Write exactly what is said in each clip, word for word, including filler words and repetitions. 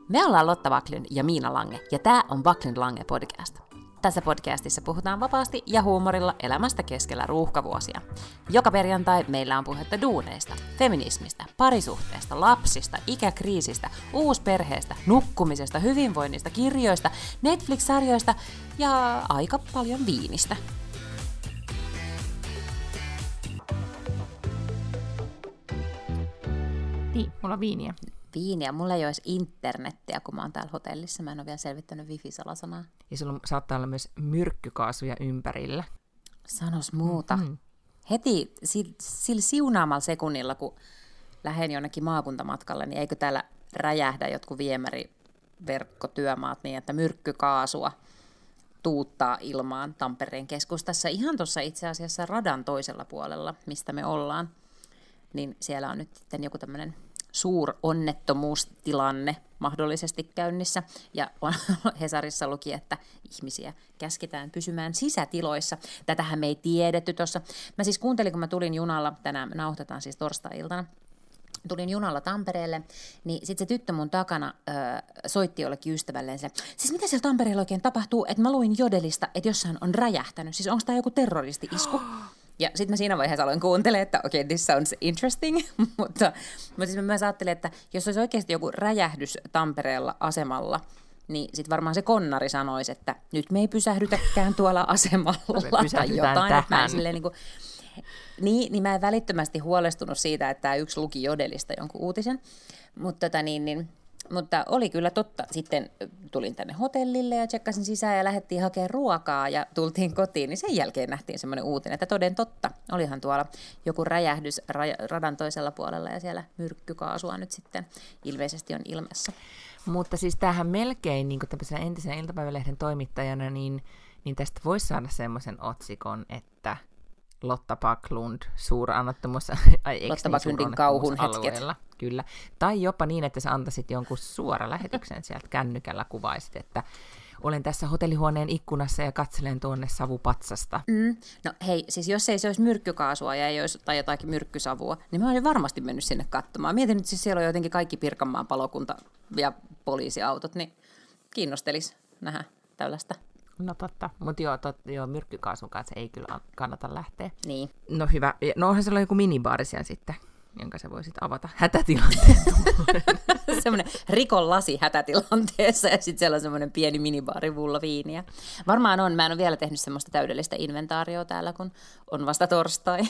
Me ollaan Lotta Backlund ja Miina Lange, ja tää on Backlund Lange podcast. Tässä podcastissa puhutaan vapaasti ja huumorilla elämästä keskellä ruuhkavuosia. Joka perjantai meillä on puhetta duuneista, feminismistä, parisuhteesta, lapsista, ikäkriisistä, uusperheestä, nukkumisesta, hyvinvoinnista, kirjoista, Netflix-sarjoista ja aika paljon viinistä. Niin, mulla on viiniä. Viiniä. Mulla ei olisi internettiä, kun mä oon täällä hotellissa. Mä en ole vielä selvittänyt wifi-salasanaa. Ja sulla saattaa olla myös myrkkykaasuja ympärillä. Sanos muuta. Mm-hmm. Heti sillä, sillä siunaamalla sekunnilla, kun lähden jonnekin maakuntamatkalle, niin eikö täällä räjähdä jotkut viemäriverkkotyömaat niin, että myrkkykaasua tuuttaa ilmaan Tampereen keskustassa. Ihan tuossa itse asiassa radan toisella puolella, mistä me ollaan, niin siellä on nyt sitten joku tämmöinen suur onnettomuustilanne mahdollisesti käynnissä, ja Hesarissa luki, että ihmisiä käsketään pysymään sisätiloissa. Tätähän me ei tiedetty tuossa. Mä siis kuuntelin, kun mä tulin junalla, tänään me nauhoitetaan siis torstai-iltana, tulin junalla Tampereelle, niin sitten se tyttö mun takana ö, soitti jollekin ystävälleen se, siis mitä siellä Tampereella oikein tapahtuu, että mä luin Jodelista, että jossain on räjähtänyt, siis onko tää joku terroristi-isku? Ja sitten mä siinä vaiheessa aloin kuuntelemaan, että okei, okay, this sounds interesting, mutta, mutta siis mä myös ajattelin, että jos olisi oikeasti joku räjähdys Tampereella asemalla, niin sitten varmaan se konnari sanoisi, että nyt me ei pysähdytäkään tuolla asemalla tai jotain. Että mä silleen, niin, kuin, niin, niin mä en välittömästi huolestunut siitä, että tämä yksi luki Jodelista jonkun uutisen, mutta tota niin, niin Mutta oli kyllä totta. Sitten tulin tänne hotellille ja tsekkasin sisään ja lähdettiin hakemaan ruokaa ja tultiin kotiin. Niin sen jälkeen nähtiin semmoinen uutinen, että toden totta. Olihan tuolla joku räjähdys radan toisella puolella ja siellä myrkkykaasua nyt sitten ilmeisesti on ilmassa. Mutta siis tämähän melkein niin kuin tämmöisenä entisenä iltapäivälehden toimittajana, niin, niin tästä voisi saada semmoisen otsikon, että Lotta Backlund, suurannottomuus, Lotta Backlundin kauhun hetket. Kyllä. Tai jopa niin, että sä antaisit jonkun suora lähetyksen sieltä kännykällä, kuvaisit, että olen tässä hotellihuoneen ikkunassa ja katselen tuonne savupatsasta. Mm. No hei, siis jos ei se olisi myrkkykaasua ja ei olisi, tai jotakin myrkkysavua, niin mä olisin varmasti mennyt sinne katsomaan. Mietin nyt, siis siellä on jotenkin kaikki Pirkanmaan palokunta ja poliisiautot, niin kiinnostelis nähdä tällaista. No totta, mutta joo, tot, joo, myrkkykaasun kanssa ei kyllä kannata lähteä. Niin. No hyvä. No onhan siellä joku minibaari siellä sitten, jonka sä voisit avata hätätilanteessa. Semmoinen rikon lasi hätätilanteessa ja sitten siellä on semmoinen pieni minibaari vulla viiniä. Varmaan on, mä en ole vielä tehnyt semmoista täydellistä inventaarioa täällä, kun on vasta torstai.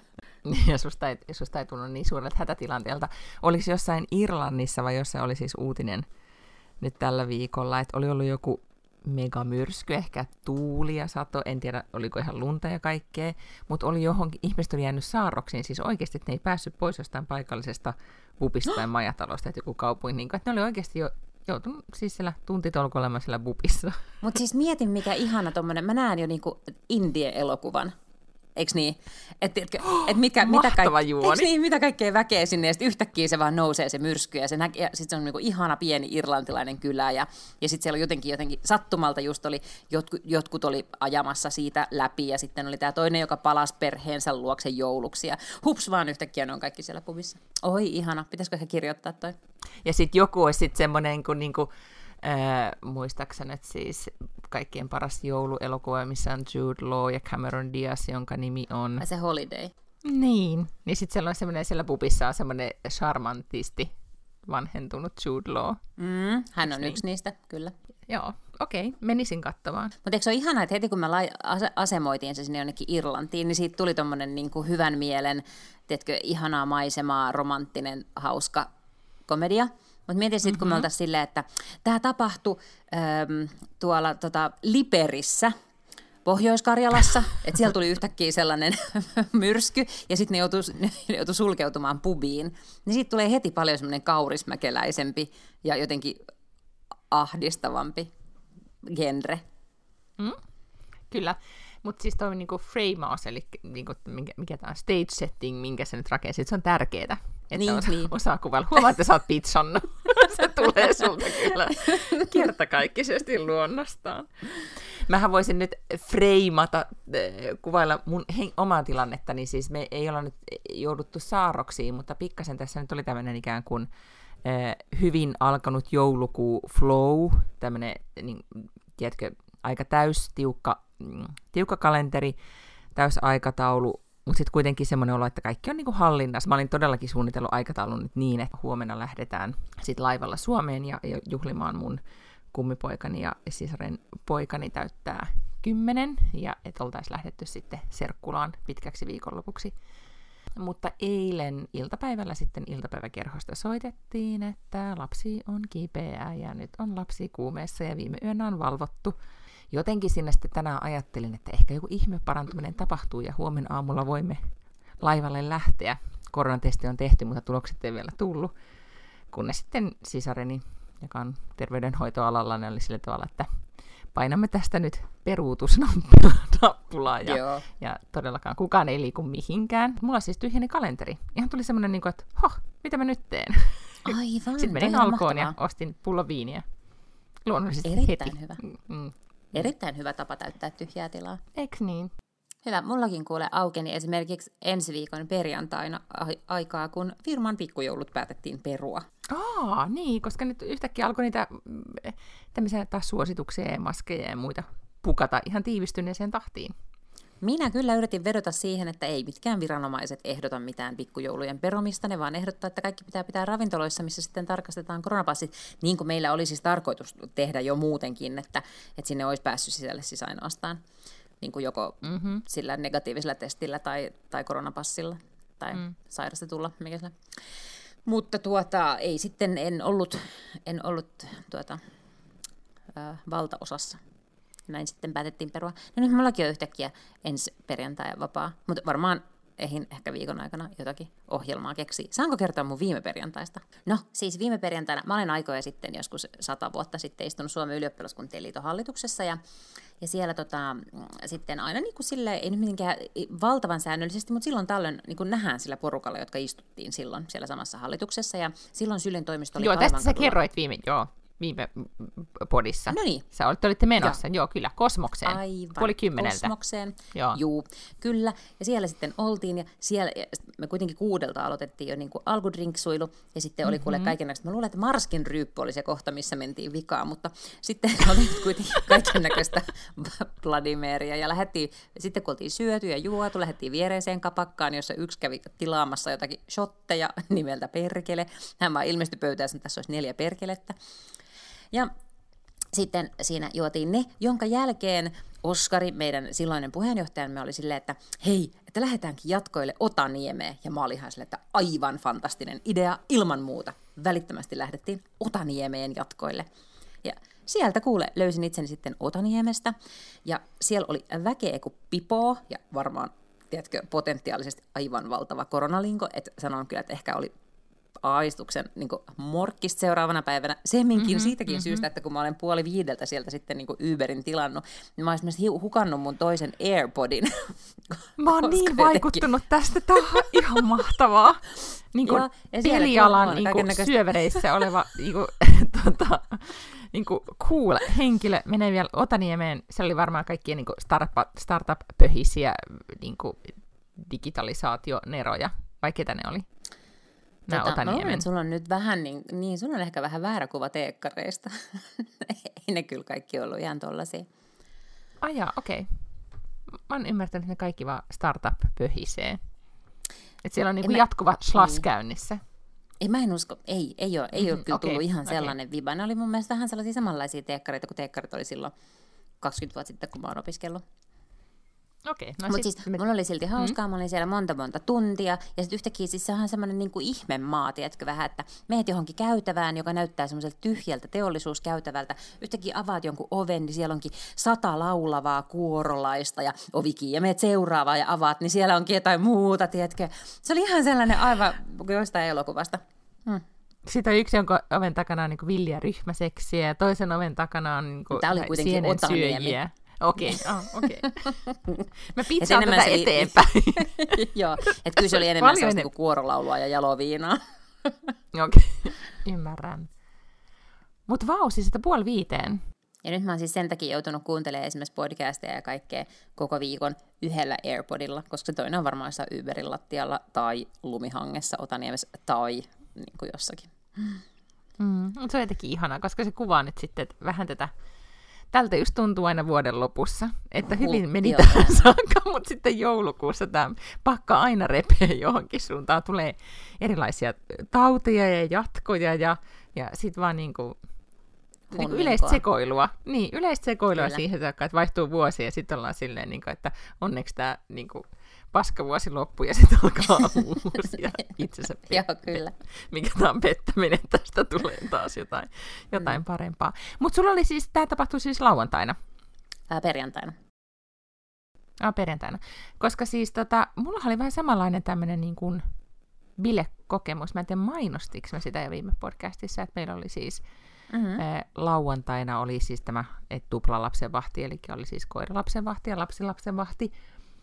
Ja susta ei, susta ei tunnu niin suurelta hätätilanteelta. Oliko jossain Irlannissa vai jossain oli siis uutinen nyt tällä viikolla, että oli ollut joku megamyrsky, ehkä tuuli ja sato, en tiedä oliko ihan lunta ja kaikkea, mutta oli johonkin, ihmiset oli jäänyt saarroksiin, siis oikeasti, että ne ei päässyt pois jostain paikallisesta pupista tai majatalosta, että joku kaupunki, niin kuin, että ne oli oikeasti jo joutunut siis siellä tuntitolkulla siellä pupissa. Mutta siis mietin, mikä ihana tommonen, mä näen jo niinku Indie-elokuvan. Eiks niin? Että et, et mikä, mitä, kaik, niin, mitä kaikkea väkeä sinne, ja sitten yhtäkkiä se vaan nousee se myrsky, ja, ja sitten se on niinku ihana pieni irlantilainen kylä, ja, ja sitten siellä on jotenkin, jotenkin sattumalta just oli, jotkut, jotkut oli ajamassa siitä läpi, ja sitten oli tämä toinen, joka palasi perheensä luokse jouluksi, ja hups vaan yhtäkkiä ne on kaikki siellä pubissa. Oi ihana, pitäisikö he kirjoittaa toi? Ja sitten joku olisi sitten semmoinen kuin niinku, Äh, muistaakseni, että siis kaikkien paras jouluelokuva, missä on Jude Law ja Cameron Diaz, jonka nimi on... Se Holiday. Niin. Niin sitten siellä on semmoinen, siellä pubissa on semmoinen charmantisti vanhentunut Jude Law. Mm, hän on niin? Yksi niistä, kyllä. Joo, okei, okay, menisin katsomaan. Mutta eikö se ole ihanaa, että heti kun me lai- ase- asemoitiin se sinne jonnekin Irlantiin, niin siitä tuli tommonen niinku hyvän mielen, tiedätkö, ihanaa maisemaa, romanttinen, hauska komedia. Mutta mietin sitten, kun me oltaisiin silleen, että tämä tapahtui äm, tuolla tota, Liperissä, Pohjois-Karjalassa, että siellä tuli yhtäkkiä sellainen myrsky, ja sitten ne joutui, ne joutui sulkeutumaan pubiin. Niin siitä tulee heti paljon semmoinen kaurismäkeläisempi ja jotenkin ahdistavampi genre. Mm, kyllä. Mutta siis toi niinku frame-aus, eli niinku, mikä, mikä tämä on stage setting, minkä sä nyt rakensit, se on tärkeää. Että niin, osa, niin. osaa kuvailla. Huomaa, että sä oot pizzannut. Se tulee sulta kyllä kertakaikkisesti luonnostaan. Mähän voisin nyt freimata, kuvailla mun hen- omaa tilannettani. Siis me ei olla nyt jouduttu saarroksiin, mutta pikkasen tässä nyt oli tämmöinen ikään kuin hyvin alkanut joulukuu flow, tämmöinen, niin, tiedätkö, aika täys, tiukka, tiukka kalenteri, täys aikataulu, mutta sitten kuitenkin semmoinen olo, että kaikki on niinku hallinnassa. Mä olin todellakin suunnitellut aikataulun nyt niin, että huomenna lähdetään sit laivalla Suomeen ja, ja juhlimaan mun kummipoikani ja sisaren poikani täyttää kymmenen, ja että oltaisiin lähdetty sitten Serkkulaan pitkäksi viikonlopuksi. Mutta eilen iltapäivällä sitten iltapäiväkerhosta soitettiin, että lapsi on kipeä ja nyt on lapsi kuumeessa ja viime yönä on valvottu. Jotenkin sinne sitten tänään ajattelin, että ehkä joku ihme parantuminen tapahtuu ja huomenna aamulla voimme laivalle lähteä. Koronatesti on tehty, mutta tulokset ei vielä tullut. Kunnes sitten sisareni, joka on terveydenhoitoalalla, ne oli sillä tavalla, että painamme tästä nyt peruutusnappulaa ja, ja todellakaan kukaan ei liiku mihinkään. Mulla siis tyhjeni kalenteri. Ihan tuli semmoinen, niin kuin, että hoh, mitä mä nyt teen? Aivan. Sitten menin Alkoon ja ostin pullon viiniä. Luonnollisesti Erittäin heti. hyvä. Mm. Erittäin hyvä tapa täyttää tyhjää tilaa. Eiks niin? Hyvä. Mullakin kuule aukeni esimerkiksi ensi viikon perjantaina aikaa, kun firman pikkujoulut päätettiin perua. Aa, niin, koska nyt yhtäkkiä alkoi niitä tämmöisiä taas suosituksia ja maskeja ja muita pukata ihan tiivistyneeseen tahtiin. Minä kyllä yritin vedota siihen, että ei mitkään viranomaiset ehdota mitään pikkujoulujen perumista, ne vaan ehdottaa, että kaikki pitää pitää ravintoloissa, missä sitten tarkastetaan koronapassit, niin kuin meillä oli siis tarkoitus tehdä jo muutenkin, että, että sinne olisi päässyt sisälle siis ainoastaan niin kuin joko mm-hmm. sillä negatiivisella testillä tai, tai koronapassilla tai mm. sairastetulla, mikä se. Mutta tuota, ei sitten, en ollut, en ollut tuota, ä, valtaosassa. Näin sitten päätettiin perua. No nyt mullakin on yhtäkkiä ensi perjantai vapaa, mutta varmaan eihin ehkä viikon aikana jotakin ohjelmaa keksiä. Saanko kertoa mun viime perjantaista? No siis viime perjantaina, mä olen aikoja sitten, joskus sata vuotta sitten istunut Suomen ylioppilaskuntien liiton hallituksessa ja, ja siellä tota, sitten aina niin kuin silleen, ei nyt mitenkään valtavan säännöllisesti, mutta silloin tällöin niin kuin nähdään sillä porukalla, jotka istuttiin silloin siellä samassa hallituksessa ja silloin Sylin toimisto oli Joo, tästä sä kadulla. kerroit viime, joo. viime podissa. No niin. Sä olitte, olitte menossa, joo. joo kyllä, Kosmokseen. Aivan, puoli kymmeneltä. Kosmokseen, joo. Juu, kyllä. Ja siellä sitten oltiin, ja siellä ja me kuitenkin kuudelta aloitettiin jo niin kuin alkudrinksuilu, ja sitten oli mm-hmm. kuule kaikennäköistä. Mä luulen, että Marskin ryyppy oli se kohta, missä mentiin vikaan, mutta sitten oli kuitenkin kaikennäköistä Vladimiria, ja lähdettiin, sitten kun oltiin syöty ja juotu, lähdettiin viereiseen kapakkaan, jossa yksi kävi tilaamassa jotakin shotteja nimeltä Perkele. Hän vaan ilmestyi pöytään, että tässä olisi neljä perkelettä. Ja sitten siinä juotiin ne, jonka jälkeen Oskari, meidän silloinen puheenjohtajamme, oli silleen, että hei, että lähdetäänkin jatkoille Otaniemeen. Ja mä olin ihan silleen, että aivan fantastinen idea ilman muuta. Välittömästi lähdettiin Otaniemeen jatkoille. Ja sieltä kuule, löysin itseni sitten Otaniemestä. Ja siellä oli väkeä kuin pipoo ja varmaan, tiedätkö, potentiaalisesti aivan valtava koronalinko. Että sanon kyllä, että ehkä oli aistuksen niin morkkista seuraavana päivänä. Semminkin mm-hmm, siitäkin mm-hmm. syystä, että kun mä olen puoli viideltä sieltä sitten niin Uberin tilannut, niin mä olisin hukannut mun toisen AirPodin. Mä oon niin vaikuttunut tästä. Tämä on ihan mahtavaa. Niin kuin pelialan niin kuin syövereissä oleva niin kuin, tota, niin kuin cool henkilö menee vielä Otaniemeen. Se oli varmaan kaikkien niin kuin startup-pöhisiä niin kuin digitalisaationeroja. Vai ketä ne oli? Tota, mä luulen, että sulla on nyt vähän, niin, niin sulla on ehkä vähän väärä kuva teekkareista. Ei ne kyllä kaikki ollut ihan tollaisia. Ai jaa, okei. Okay. Mä oon ymmärtänyt, että ne kaikki vaan startup-pöhisee. Että siellä on niinku mä, jatkuva slash käynnissä. Ei, mä en usko. Ei, ei ole, ei mm-hmm, ole kyllä okay, tullut ihan sellainen okay. viba. Ne oli mun mielestä vähän sellaisia samanlaisia teekkareita, kun teekkarit oli silloin kaksikymmentä vuotta sitten, kun mä oon opiskellut. Okay, no mutta siis me... mulla oli silti hauskaa, mm. mä olin siellä monta monta tuntia, ja sitten yhtäkkiä siis se on semmoinen niin kuin ihmemaa, tiedätkö vähän, että meet johonkin käytävään, joka näyttää semmoiselta tyhjältä teollisuuskäytävältä, yhtäkkiä avaat jonkun oven, niin siellä onkin sata laulavaa kuorolaista, ja ovikin, ja meet seuraavaan ja avaat, niin siellä onkin jotain muuta, tiedätkö. Se oli ihan sellainen aivan jostain elokuvasta. Hmm. Sitten yksi, jonka oven takana on niin kuin villiä ryhmäseksiä, ja toisen oven takana on niin kuin sienen syöjiä. Okei, okay. oh, okei. Okay. Mä pizzaan tätä se eteenpäin. Joo, että kyllä se oli enemmän sellaista kuin kuorolaulua ja jaloviinaa. Okei, okay. Ymmärrän. Mutta vau, siis sitä puoli viiteen. Ja nyt mä oon siis sen takia joutunut kuuntelemaan esimerkiksi podcasteja ja kaikkea koko viikon yhdellä AirPodilla, koska se toinen on varmaan jossain Uberin lattialla tai lumihangessa Otaniemessä tai niin kuin jossakin. Mm, se on jotenkin ihanaa, koska se kuvaa nyt sitten että vähän tätä, tältä just tuntuu aina vuoden lopussa, että hyvin meni tähän saakka, mutta sitten joulukuussa tämä pakka aina repee johonkin suuntaan, tulee erilaisia tauteja ja jatkoja ja, ja sitten vaan niinku, niinku yleistä sekoilua, niin, yleistä sekoilua Kyllä. siihen, että vaihtuu vuosi ja sitten ollaan silleen, niinku, että onneksi tämä niinku, paskavuosi loppui ja sitten alkaa uusi ja itsensä pet- Joo, kyllä. Mikä tämä on pettäminen, tästä tulee taas jotain, jotain mm. parempaa. Mutta sulla oli siis, tämä tapahtui siis lauantaina? Ää, perjantaina. Ah, perjantaina. Koska siis tota, mulla oli vähän samanlainen tämmöinen niin kuin bilekokemus. Mä en tiedä mainostiko mä sitä jo viime podcastissa, että meillä oli siis mm-hmm. ää, lauantaina oli siis tämä et tuplalapsen vahti, eli oli siis koiralapsen vahti ja lapsilapsen vahti.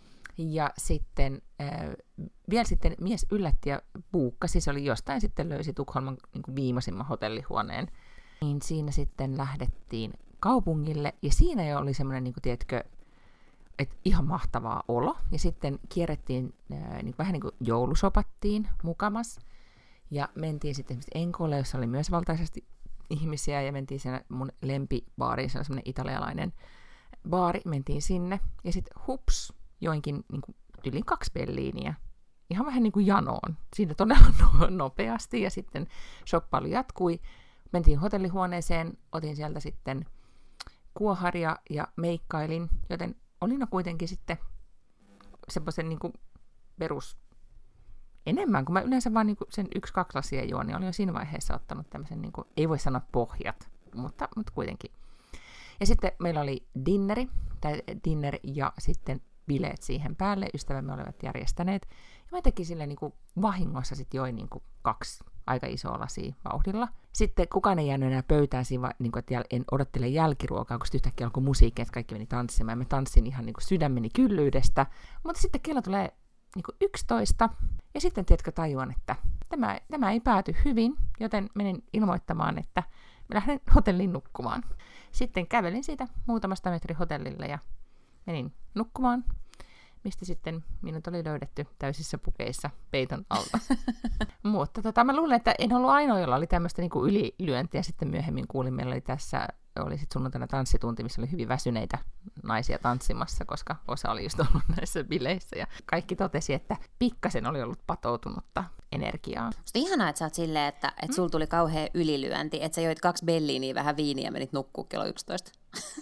Ja sitten äh, vielä sitten mies yllätti ja buukkasi, se oli jostain sitten löysi Tukholman niin kuin viimeisimman hotellihuoneen. Niin siinä sitten lähdettiin kaupungille ja siinä jo oli semmoinen, niin kuin, tiedätkö, että ihan mahtavaa olo. Ja sitten kierrettiin, äh, niin vähän niin kuin joulusopattiin mukamas ja mentiin sitten Enkolle, jossa oli myös valtaisesti ihmisiä ja mentiin siinä mun lempibaariin, se on semmoinen italialainen baari, mentiin sinne ja sitten hups, joinkin niin kuin, yli kaksi belliiniä. Ihan vähän niin kuin janoon. Siinä todella no- nopeasti ja sitten shoppailu jatkui. Mentiin hotellihuoneeseen, otin sieltä sitten kuoharia ja meikkailin, joten olin kuitenkin sitten semmoisen niin kuin perus enemmän, kun mä yleensä vaan niin kuin sen yksi, kaksi lasia juon, niin olin jo siinä vaiheessa ottanut tämmöisen, niin kuin, ei voi sanoa pohjat, mutta, mutta kuitenkin. Ja sitten meillä oli dinneri, tai dinner ja sitten bileet siihen päälle, ystävämme olivat järjestäneet. Ja mä tekin silleen niin kuin vahingossa sitten join niin kuin kaksi aika isoa lasia vauhdilla. Sitten kukaan ei jäänyt enää pöytään siinä, niin kuin, että en odottele jälkiruokaa, kun sitten yhtäkkiä alkoi musiikki, että kaikki meni tanssimaan. Ja mä tanssin ihan niin kuin sydämeni kyllyydestä. Mutta sitten kello tulee niin kuin yksitoista. Ja sitten, tiedätkö, tajuan, että tämä, tämä ei pääty hyvin, joten menin ilmoittamaan, että mä lähden hotelliin nukkumaan. Sitten kävelin siitä muutamasta metri hotellille ja menin nukkumaan, mistä sitten minut oli löydetty täysissä pukeissa peiton alta. Mutta tota, mä luulen, että en ollut ainoa, jolla oli tämmöistä niinku ylilyöntiä. Sitten myöhemmin kuulin, meillä oli tässä, oli sitten sunnuntaina tanssitunti, missä oli hyvin väsyneitä naisia tanssimassa, koska osa oli just ollut näissä bileissä. Ja kaikki totesi, että pikkasen oli ollut patoutunutta energiaa. Musta ihanaa, että sä oot silleen, että, että sulla tuli kauhea ylilyönti, että sä joit kaksi belliiniä vähän viiniä ja menit nukkuu kello yksitoista.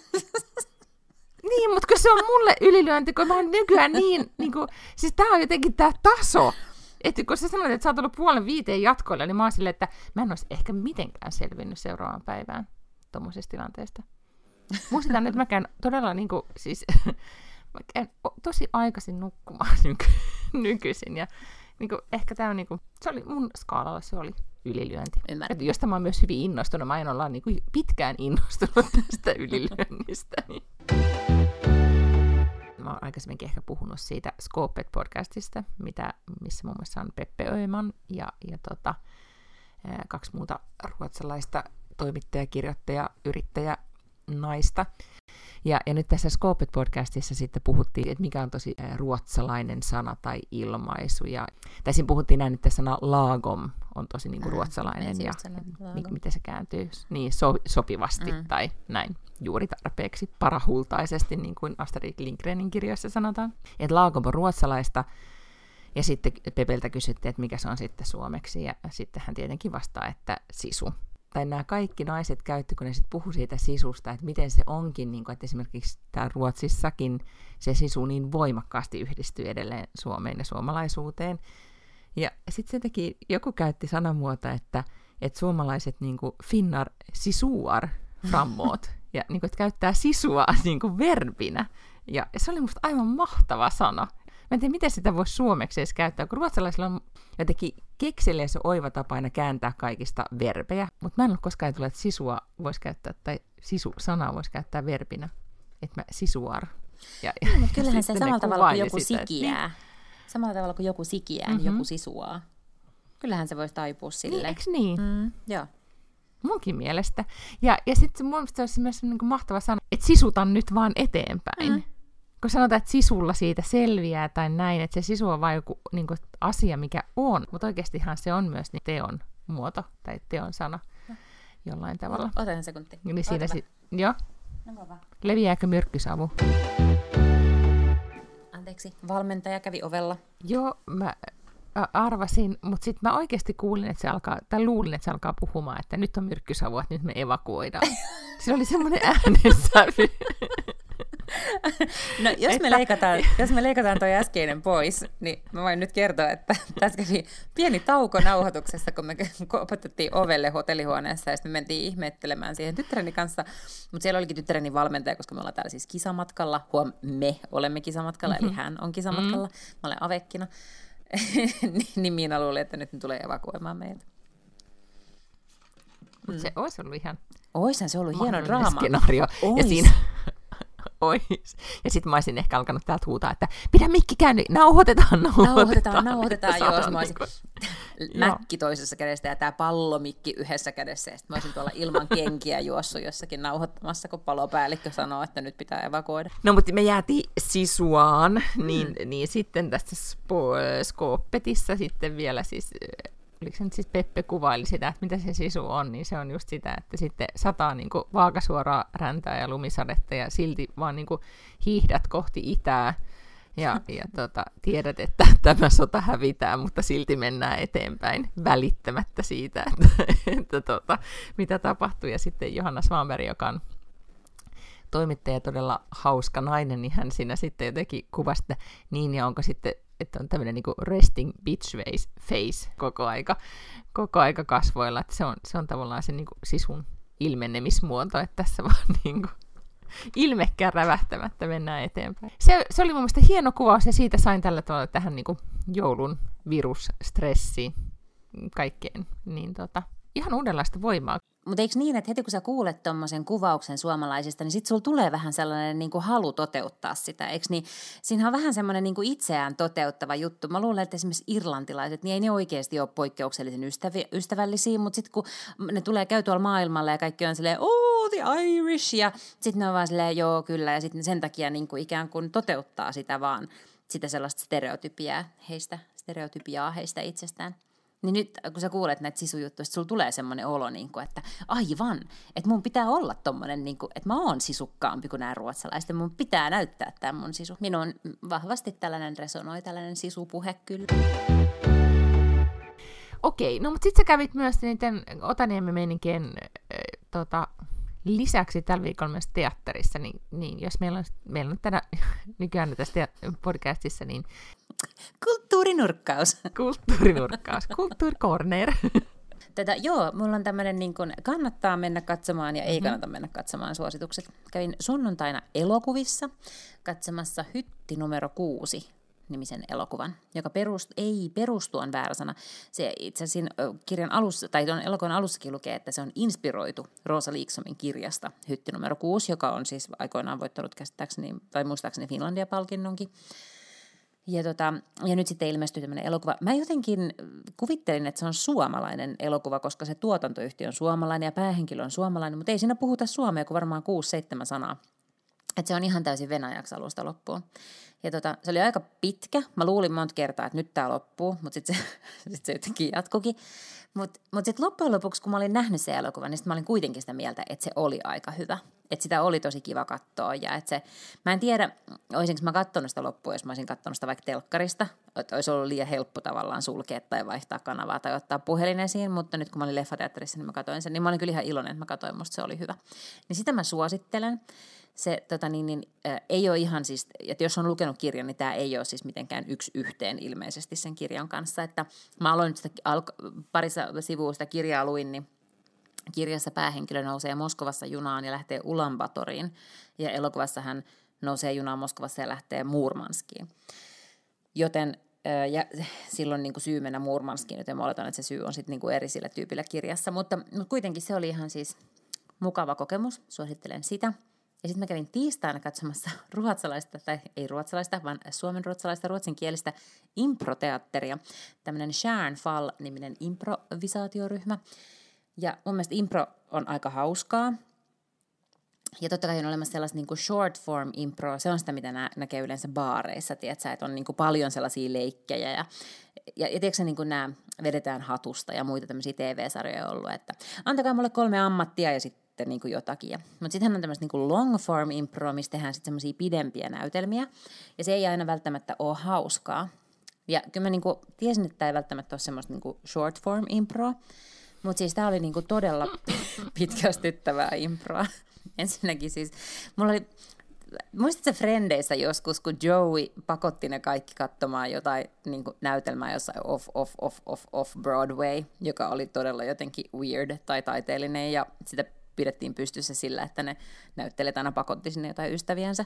Niin, mutta kun se on mulle ylilyönti, kun mä oon nykyään niin, niin kuin, siis tää on jotenkin tää taso. Että kun sä sanoit, että sä oot ollut puolen viiteen jatkoilla, niin mä oon silleen, että mä en olisi ehkä mitenkään selvinnyt seuraavaan päivään tommosesta tilanteesta. Muistetaan, että mä käyn todella niin kuin, siis, mä käyn tosi aikaisin nukkumaan nyky- nykyisin. Ja niin kuin, ehkä tää on niin kuin, se oli mun skaalalla, se oli ylilyönti. Ymmärrän. Josta mä oon myös hyvin innostunut. Mä en olla niin kuin pitkään innostunut tästä ylilyönnistä. Niin. Mä oon aikaisemminkin ehkä puhunut siitä Scopet-podcastista, mitä, missä muun muassa on Peppe Öiman ja, ja tota, kaksi muuta ruotsalaista toimittaja, kirjoittaja, yrittäjä, naista. Ja, ja nyt tässä Scopet-podcastissa sitten puhuttiin, että mikä on tosi ruotsalainen sana tai ilmaisu. Ja, tai siinä puhuttiin näin, että sana lagom on tosi niin kuin ruotsalainen ja m- miten se kääntyy niin so, sopivasti mm. tai näin juuri tarpeeksi parahultaisesti, niin kuin Astrid Lindgrenin kirjoissa sanotaan. Että lagom on ruotsalaista. Ja sitten Pepeltä kysyttiin, että mikä se on sitten suomeksi. Ja sitten hän tietenkin vastaa, että sisu. Tai nämä kaikki naiset käytti, kun ne sitten puhui siitä sisusta, että miten se onkin, niin kuin, että esimerkiksi täällä Ruotsissakin se sisu niin voimakkaasti yhdistyy edelleen Suomeen ja suomalaisuuteen. Ja sitten se teki, joku käytti sanamuotoa, että, että suomalaiset niin kuin finnar sisuar framåt, ja niin kuin, että käyttää sisua niin kuin verbinä. Ja se oli musta aivan mahtava sana. Mä en tiedä, miten sitä voisi suomeksi edes käyttää, kun ruotsalaisilla on jotenkin kekseliä se oiva tapa aina kääntää kaikista verbejä, mutta mä en ole koskaan tullut, että sisua voisi käyttää, tai sisu-sanaa voisi käyttää verbinä, että mä sisuar. Ja, niin, mutta kyllähän se samalla tavalla kuin joku sitä, sikiää. Niin. Samalla tavalla kuin joku sikiää, mm-hmm. joku sisuaa. Kyllähän se voisi taipua silleen. Niin, eikö niin? Mm, joo. Munkin mielestä. Ja, ja sitten mun mielestä olisi myös niin kuin mahtava sana, että sisutan nyt vaan eteenpäin. Mm. Kun sanotaan, että sisulla siitä selviää tai näin, että se sisu on vain joku niin kuin, asia, mikä on. Mutta oikeastihan se on myös niin teon muoto tai teon sana. jollain tavalla. Otan sekunti. Niin siinä si- joo. No vaan. Leviääkö myrkkysavu? Anteeksi, valmentaja kävi ovella. Joo, mä arvasin, mutta sitten mä oikeasti kuulin, että se alkaa, tai luulin, että se alkaa puhumaan, että nyt on myrkkysavu, että nyt me evakuoidaan. Se oli semmoinen äänensävy. No, jos, että... me leikataan, jos me leikataan toi äskeinen pois, niin mä voin nyt kertoa, että tässä kävi pieni tauko nauhoituksessa, kun me koputettiin ovelle hotellihuoneessa, ja sitten me mentiin ihmettelemään siihen tyttäreni kanssa, mutta siellä olikin tyttäreni valmentaja, koska me ollaan täällä siis kisamatkalla, huom, me olemme kisamatkalla, mm-hmm. eli hän on kisamatkalla, mm-hmm. mä olen avekkina, niin Miina luuli, että nyt ne tulee evakuoimaan meitä. Mutta se olisi ollut ihan... Oishan se ollut hieno draama. Skenaario. Ja siinä... Ois. Ja sitten mä olisin ehkä alkanut täältä huutaa, että pidä mikki käynni, nauhoitetaan, nauhoitetaan. Nauhoitetaan, nauhoitetaan, joo. Mä olisin mäkki toisessa kädessä ja tää pallomikki yhdessä kädessä. Ja sitten mä olisin tuolla ilman kenkiä juossut jossakin nauhoittamassa, kun palopäällikkö sanoo, että nyt pitää evakuoida. No, mutta me jäätiin Sisuaan, niin, mm. niin sitten tässä spo- Skopetissa sitten vielä siis... Oliko se nyt siis Peppe kuvaili sitä, että mitä se sisu on, niin se on just sitä, että sitten sataa niin kuin vaakasuoraa räntää ja lumisadetta ja silti vaan niin kuin hiihdät kohti itää ja, ja tota, tiedät, että tämä sota hävitään, mutta silti mennään eteenpäin välittämättä siitä, että, että tota, mitä tapahtuu. Ja sitten Johanna Svanberg, joka on toimittaja, todella hauska nainen, niin hän siinä sitten jotenkin kuvasi, että niin ja onko sitten että on tämmöinen niinku resting bitch face koko aika, koko aika kasvoilla, että se on, se on tavallaan se niinku sisun ilmenemismuoto, että tässä vaan niinku ilmekkään rävähtämättä mennään eteenpäin. Se, se oli mun mielestä hieno kuvaus, ja siitä sain tällä tavalla tähän niinku joulun virusstressiin kaikkeen, niin tota, ihan uudenlaista voimaa. Mutta eikö niin, että heti kun sä kuulet tommosen kuvauksen suomalaisista, niin sit sulla tulee vähän sellainen niin kuin halu toteuttaa sitä, eikö niin? Siinä on vähän semmoinen niin kuin itseään toteuttava juttu. Mä luulen, että esimerkiksi irlantilaiset, niin ei ne oikeasti ole poikkeuksellisen ystävi- ystävällisiä, mutta sitten kun ne tulee käy tuolla maailmalla ja kaikki on silleen, oh, the Irish, ja sitten ne on vaan silleen, joo, kyllä, ja sitten sen takia niin kuin ikään kuin toteuttaa sitä vaan, sitä sellaista stereotypiaa heistä, stereotypiaa heistä itsestään. Niin nyt, kun sä kuulet näitä sisujuttuja, sulla tulee semmoinen olo, niin kuin, että aivan, että mun pitää olla tommonen, niin kuin, että mä oon sisukkaampi kuin nämä ruotsalaiset, mun pitää näyttää tämä mun sisu. Minun vahvasti tällainen resonoi, tällainen sisupuhe kyllä. Okei, no mutta sitten sä kävit myös niiden Otaniemi-meininkien äh, tota, lisäksi tällä viikolla myös teatterissa, niin, niin jos meillä on, meillä on tänä nykyään tässä podcastissa, niin kulttuurinurkkaus. Kulttuurinurkkaus. Kulttuurikorner. Tätä, joo, mulla on tämmöinen niin kuin kannattaa mennä katsomaan ja ei kannata mennä katsomaan suositukset. Kävin sunnuntaina elokuvissa katsomassa Hytti numero kuusi nimisen elokuvan, joka perust, ei perustu on väärä sana. Se itse asiassa kirjan alussa, tai tuon elokuvan alussakin lukee, että se on inspiroitu Rosa Liksomin kirjasta Hytti numero kuusi, joka on siis aikoinaan voittanut käsittääkseni, tai muistaakseni Finlandia-palkinnonkin. Ja, tota, ja nyt sitten ilmestyi tämmöinen elokuva. Mä jotenkin kuvittelin, että se on suomalainen elokuva, koska se tuotantoyhtiö on suomalainen ja päähenkilö on suomalainen, mutta ei siinä puhuta suomea kuin varmaan kuusi seitsemän sanaa. Että se on ihan täysin venäjäksi alusta loppuun. Ja tota, se oli aika pitkä. Mä luulin monta kertaa, että nyt tää loppuu, mutta sitten se, sit se jotenkin jatkukin. Mutta mut sitten loppujen lopuksi, kun mä olin nähnyt se elokuvan, niin sit mä olin kuitenkin sitä mieltä, että se oli aika hyvä. Että sitä oli tosi kiva katsoa. Ja että se, mä en tiedä, olisinko mä katsonut sitä loppuun, jos mä olisin katsonut sitä vaikka telkkarista. Että olisi ollut liian helppo tavallaan sulkea tai vaihtaa kanavaa tai ottaa puhelin esiin. Mutta nyt kun mä olin leffateatterissa, niin mä katsoin sen. Niin mä olin kyllä ihan iloinen, että mä katsoin, musta se oli hyvä. Niin sitä mä suosittelen. Se tota niin, niin, äh, ei ole ihan siis, että jos on lukenut kirjan, niin tämä ei ole siis mitenkään yksi yhteen ilmeisesti sen kirjan kanssa. Että mä aloin sitä alko- parissa sivua sitä kirjaa luin, niin kirjassa päähenkilö nousee Moskovassa junaan ja lähtee Ulanbatoriin. Ja elokuvassa hän nousee junaan Moskovassa ja lähtee Murmanskiin. Joten äh, ja silloin niin kuin syy mennä Murmanskiin, joten mä oletan, että se syy on sitten niin kuin eri sillä tyypillä kirjassa. Mutta, mutta kuitenkin se oli ihan siis mukava kokemus, suosittelen sitä. Ja sitten mä kävin tiistaina katsomassa ruotsalaista, tai ei ruotsalaista, vaan suomenruotsalaista, ruotsinkielistä improteatteria. Tämmöinen Sharon Fall-niminen improvisaatioryhmä. Ja mun mielestä impro on aika hauskaa. Ja totta kai on olemassa sellaista niin kuin short form impro, se on sitä, mitä nä- näkee yleensä baareissa, tiedätkö, että on niin kuin paljon sellaisia leikkejä. Ja, ja, ja tiedätkö niin kuin nämä vedetään hatusta ja muita tämmöisiä T V-sarjoja ollut, että antakaa mulle kolme ammattia ja sitten niin kuin jotakin. Mutta sittenhän on tämmöistä niin kuin long form impro, missä tehdään sitten semmoisia pidempiä näytelmiä, ja se ei aina välttämättä ole hauskaa. Ja kyllä mä niin kuin tiesin, että tämä ei välttämättä ole semmoista niin kuin short form improa, mutta siis tämä oli niin kuin todella pitkästyttävää improa. Ensinnäkin siis, mulla oli, muistatko Frendeissä joskus, kun Joey pakotti ne kaikki katsomaan jotain niin kuin näytelmää jossain off, off, off, off, off Broadway, joka oli todella jotenkin weird tai taiteellinen, ja sitä pidettiin pystyssä sillä, että ne näyttelijät aina pakotti sinne jotain ystäviänsä.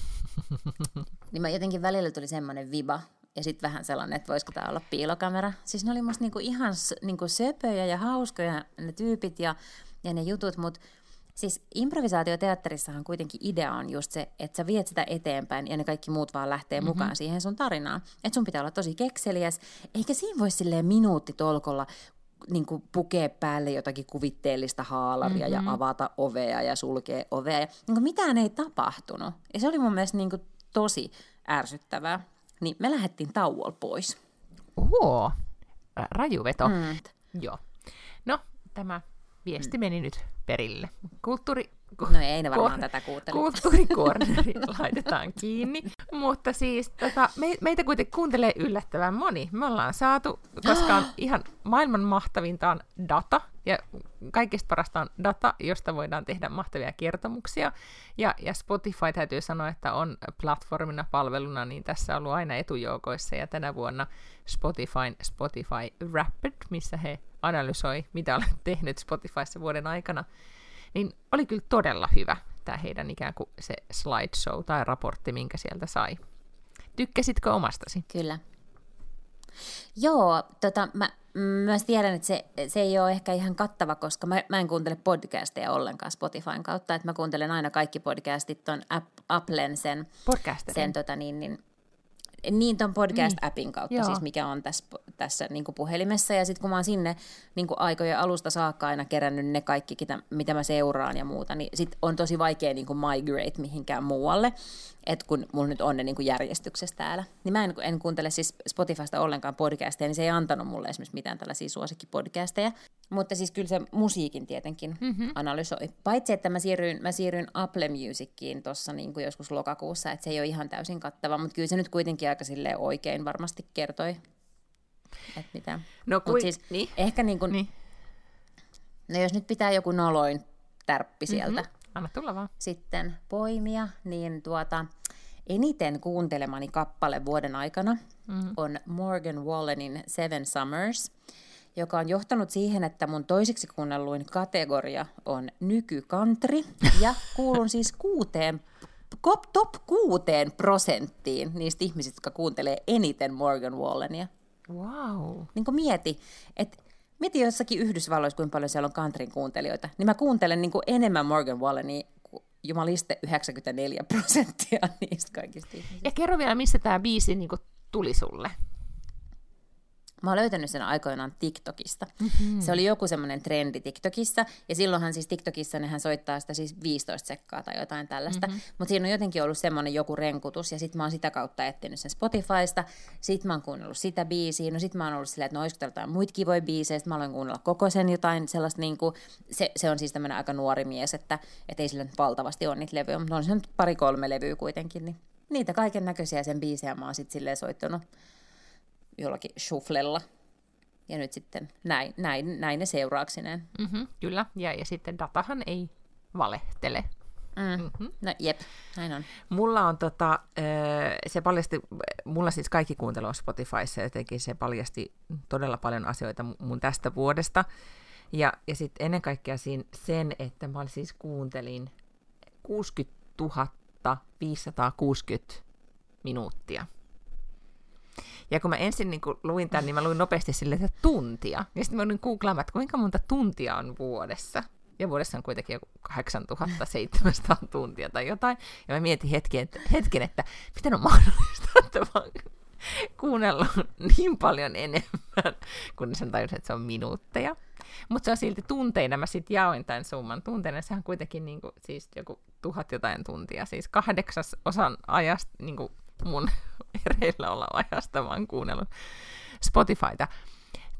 Niin mä jotenkin välillä tuli semmoinen viba, ja sitten vähän sellainen, että voisiko tämä olla piilokamera. Siis ne oli musta niinku ihan niinku söpöjä ja hauskoja ne tyypit ja, ja ne jutut, mutta siis improvisaatioteatterissahan kuitenkin idea on just se, että sä viet sitä eteenpäin ja ne kaikki muut vaan lähtee mm-hmm. mukaan siihen sun tarinaan. Että sun pitää olla tosi kekseliäs, eikä siinä voi silleen minuuttitolkolla niin kuin pukea päälle jotakin kuvitteellista haalaria mm-hmm. ja avata ovea ja sulkea ovea. Ja, niin kuin mitään ei tapahtunut. Ja se oli mun mielestä niin kuin tosi ärsyttävää. Niin me lähdettiin tauolla pois. Oho, rajuveto. Mm. Joo. No, tämä viesti meni nyt perille. Kulttuuri... No ei ne varmaan Kor- tätä kuuntele. Kulttuurikorneri laitetaan kiinni. Mutta siis tota, me, meitä kuitenkin kuuntelee yllättävän moni. Me ollaan saatu, koska on ihan maailman mahtavinta on data, ja kaikista parasta on data, josta voidaan tehdä mahtavia kertomuksia. Ja, ja Spotify täytyy sanoa, että on platformina, palveluna, niin tässä on ollut aina etujoukoissa. Ja tänä vuonna Spotifyn Spotify Wrapped, missä he analysoi, mitä olet tehnyt Spotifyssa vuoden aikana, niin oli kyllä todella hyvä tämä heidän ikään kuin se slideshow tai raportti, minkä sieltä sai. Tykkäsitkö omastasi? Kyllä. Joo, tota, mä myös tiedän, että se, se ei ole ehkä ihan kattava, koska mä, mä en kuuntele podcasteja ollenkaan Spotifyn kautta, että mä kuuntelen aina kaikki podcastit ton Applen sen, sen tota niin, niin Niin, ton podcast-appin kautta, niin, siis mikä on tässä, tässä niin kuin puhelimessa. Ja sitten kun mä oon sinne niin kuin aikojen alusta saakka aina kerännyt ne kaikki, mitä, mitä mä seuraan ja muuta, niin sit on tosi vaikea niin kuin migrate mihinkään muualle, että kun mulla nyt on ne niin kuin järjestyksessä täällä. Niin mä en, en kuuntele siis Spotifysta ollenkaan podcasteja, niin se ei antanut mulle esimerkiksi mitään tällaisia suosikkipodcasteja. Mutta siis kyllä se musiikin tietenkin mm-hmm. analysoi. Paitsi, että mä siirryin, mä siirryin Apple Musiciin tuossa niin kuin joskus lokakuussa, että se ei ole ihan täysin kattava, mutta kyllä se nyt kuitenkin aika silleen oikein varmasti kertoi, että mitä. No kui... siis niin. Ehkä niin kuin, niin. No jos nyt pitää joku noloin tärppi sieltä mm-hmm. Anna tulla vaan. Sitten poimia, niin tuota, eniten kuuntelemani kappale vuoden aikana mm-hmm. on Morgan Wallenin Seven Summers, joka on johtanut siihen, että mun toiseksi kuunnelluin kategoria on nykykantri, ja kuulun siis kuuteen, top kuuteen prosenttiin niistä ihmisistä, jotka kuuntelee eniten Morgan Wallenia. Wow. Niin kuin mieti, että mieti jossakin Yhdysvalloissa, kuinka paljon siellä on kantrin kuuntelijoita, niin mä kuuntelen niin kuin enemmän Morgan Wallenia, jumaliste yhdeksänkymmentäneljä prosenttia niistä kaikista ihmisistä. Ja kerro vielä, missä tämä biisi niin kuin tuli sulle? Mä oon löytänyt sen aikoinaan TikTokista. Mm-hmm. Se oli joku semmoinen trendi TikTokissa, ja silloinhan siis TikTokissa nehän soittaa sitä siis viisitoista sekkaa tai jotain tällaista, mm-hmm. mutta siinä on jotenkin ollut semmoinen joku renkutus, ja sit mä oon sitä kautta etsinyt sen Spotifysta, sit mä oon kuunnellut sitä biisiä, no sit mä oon ollut silleen, että no olisiko jotain muita kivoja biisejä, sit mä aloin kuunnella koko sen jotain sellaista niinku, se, se on siis tämmöinen aika nuori mies, että et ei sillä nyt valtavasti ole niitä levyjä, mutta on se nyt pari-kolme levyä kuitenkin, niin niitä kaiken näköisiä sen biisejä mä oon sit silleen soittanut jollakin shufflella. Ja nyt sitten näin, näin, näin ne seurauksineen. Mm-hmm, kyllä, ja, ja sitten datahan ei valehtele. Mm. Mm-hmm. No jep, näin on. Mulla on tota, se paljasti, mulla siis kaikki kuuntelu on Spotifyssa, jotenkin se paljasti todella paljon asioita mun tästä vuodesta. Ja, ja sitten ennen kaikkea siinä sen, että mä siis kuuntelin kuusikymmentätuhatta viisisataakuusikymmentä minuuttia. Ja kun mä ensin niin kun luin tämän, niin mä luin nopeasti silleen, että tuntia. Ja sitten mä olin googlaamaan, että kuinka monta tuntia on vuodessa. Ja vuodessa on kuitenkin joku kahdeksantuhatta seitsemänsataa tuntia tai jotain. Ja mä mietin hetken, että, hetken, että miten on mahdollista, että mä oon kuunnellut niin paljon enemmän, kun sen tajusin, että se on minuutteja. Mutta se on silti tunteina. Mä sitten jaoin tämän summan tunteina. Sehän on kuitenkin niin kuin, siis joku tuhat jotain tuntia. Siis kahdeksas osan ajasta niin kuin mun ereillä olla ajasta, vaan kuunnellut Spotifyta.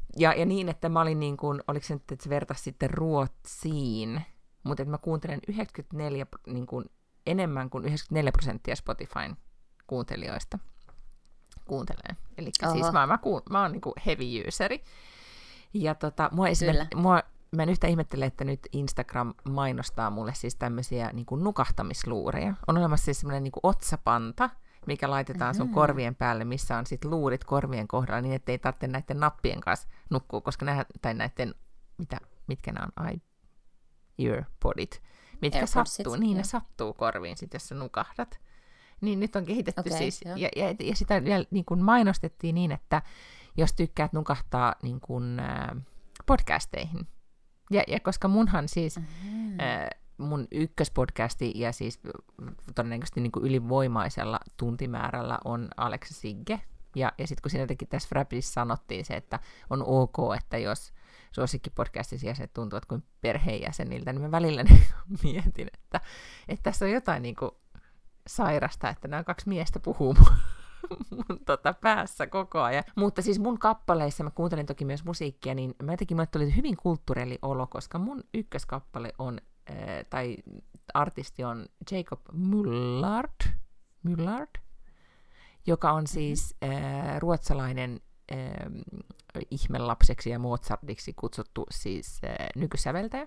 Ja, ja niin, että mä olin niin kuin, oliko se nyt, että se vertaisi sitten Ruotsiin, mutta että mä kuuntelen yhdeksänkymmentäneljä, niin kuin, enemmän kuin yhdeksänkymmentäneljä prosenttia Spotifyn kuuntelijoista kuuntelee. Eli siis mä, mä, kuun, mä oon niin kuin heavy useri. Ja tota, mua esimerkiksi, mua, mä en yhtä ihmettele, että nyt Instagram mainostaa mulle siis tämmöisiä niin kuin nukahtamisluureja. On olemassa siis semmoinen niin kuin otsapanta, mikä laitetaan sun mm-hmm. korvien päälle, missä on sit luurit korvien kohdalla, niin ettei tarvitse näiden nappien kanssa nukkua, koska nämä, tai näiden, mitä, mitkä nämä on, I, earpodit, mitkä Airpodsit, sattuu, niin jo. Ne sattuu korviin sit, jos sä nukahdat. Niin nyt on kehitetty okay, siis, ja, ja, ja sitä vielä niin kuin mainostettiin niin, että jos tykkäät nukahtaa niin kuin, äh, podcasteihin, ja, ja koska munhan siis, mm-hmm. äh, mun ykköspodcasti ja siis todennäköisesti niin kuin ylivoimaisella tuntimäärällä on Alexa Sigge. Ja, ja sitten kun siinä jotenkin tässä Frapsissa sanottiin se, että on ok, että jos suosikkipodcastissa jäsenet tuntuvat kuin perheenjäseniltä, niin mä välillä niin mietin, että, että tässä on jotain niin kuin sairasta, että nämä kaksi miestä puhuu mun, mun tota päässä koko ajan. Mutta siis mun kappaleissa, mä kuuntelen toki myös musiikkia, niin mä jotenkin mulle tuli hyvin kulttuureli olo, koska mun ykköskappale on tai artisti on Jacob Mullard, Mullard joka on siis mm-hmm. äh, ruotsalainen äh, ihmelapseksi ja Mozartiksi kutsuttu siis äh, nykysäveltäjä.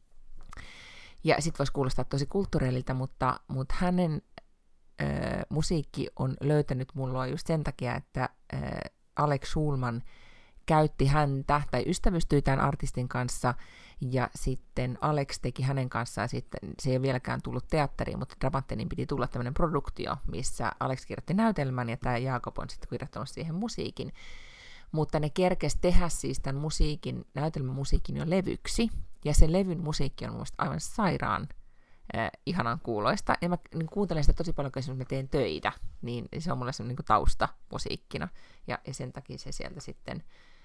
Ja sit voisi kuulostaa tosi kulttuurilta, mutta, mutta hänen äh, musiikki on löytänyt mulla just sen takia, että äh, Alex Schulman käytti häntä tai ystävystyi tämän artistin kanssa, ja sitten Alex teki hänen kanssaan, sitten se ei ole vieläkään tullut teatteriin, mutta Dramatenin piti tulla tämmöinen produktio, missä Alex kirjoitti näytelmän, ja tämä Jakob on sitten kirjoittanut siihen musiikin. Mutta ne kerkesi tehdä siis tämän musiikin, näytelmämusiikin jo levyksi, ja sen levyn musiikki on mun mielestä aivan sairaan äh, ihanan kuuloista, ja mä niin kuuntelen sitä tosi paljon, kun mä teen töitä, niin se on mulle semmoinen niin taustamusiikkina, ja, ja sen takia se sieltä sitten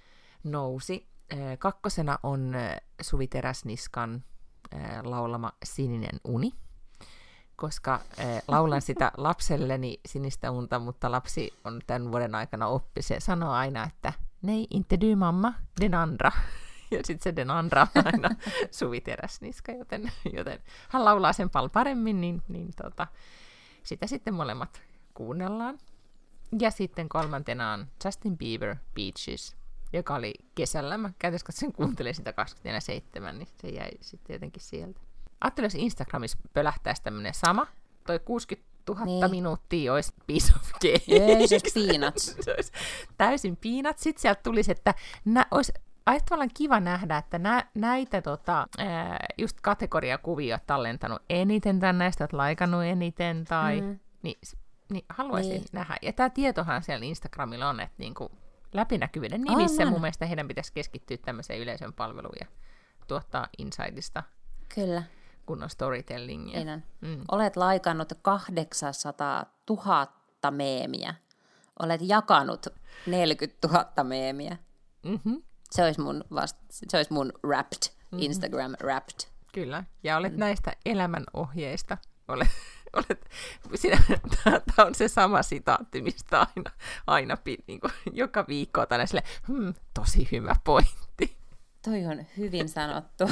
nousi. Kakkosena on Suvi Teräsniskan laulama Sininen uni, koska laulan sitä lapselleni sinistä unta, mutta lapsi on tämän vuoden aikana oppi. Se sanoo aina, että nej, inte du mamma, den andra. Ja sitten se den andra on aina Suvi Teräsniska, joten, joten hän laulaa sen paljon paremmin, niin, niin tota, sitä sitten molemmat kuunnellaan. Ja sitten kolmantena on Justin Bieber, Beaches, joka oli kesällä. Mä käytännössä katsoin kuuntelin sitä kaksikymmentäneljä seitsemän, niin se jäi sitten jotenkin sieltä. Ajattelin, jos Instagramissa pölähtäisi tämmöinen sama, toi kuusikymmentätuhatta niin. minuuttia olisi piece of cake. Ei, se olisi peanuts. Se olisi täysin peanuts. Sitten sieltä tulisi, että nä, olisi aika tavallaan kiva nähdä, että nä, näitä tota, ää, just kategoriakuvia olet tallentanut eniten tai näistä olet laikannut eniten, tai mm. niin, niin haluaisin niin. nähdä. Ja tämä tietohan siellä Instagramilla on, että niinku läpinäkyvyyden nimissä Aivan. mun mielestä heidän pitäisi keskittyä tämmöiseen yleisön palveluun ja tuottaa insightista Kyllä. kunnon storytellingia. Mm. Olet laikannut kahdeksansataatuhatta meemiä. Olet jakanut neljäkymmentätuhatta meemiä. Mm-hmm. Se olisi mun, vast... se olisi mun wrapped, mm-hmm. Instagram wrapped. Kyllä, ja olet mm. näistä elämänohjeista. Olet, olet, tämä on se sama sitaatti, mistä aina, aina niin kuin, joka viikko otan esille, hmm, tosi hyvä pointti. Toi on hyvin sanottu.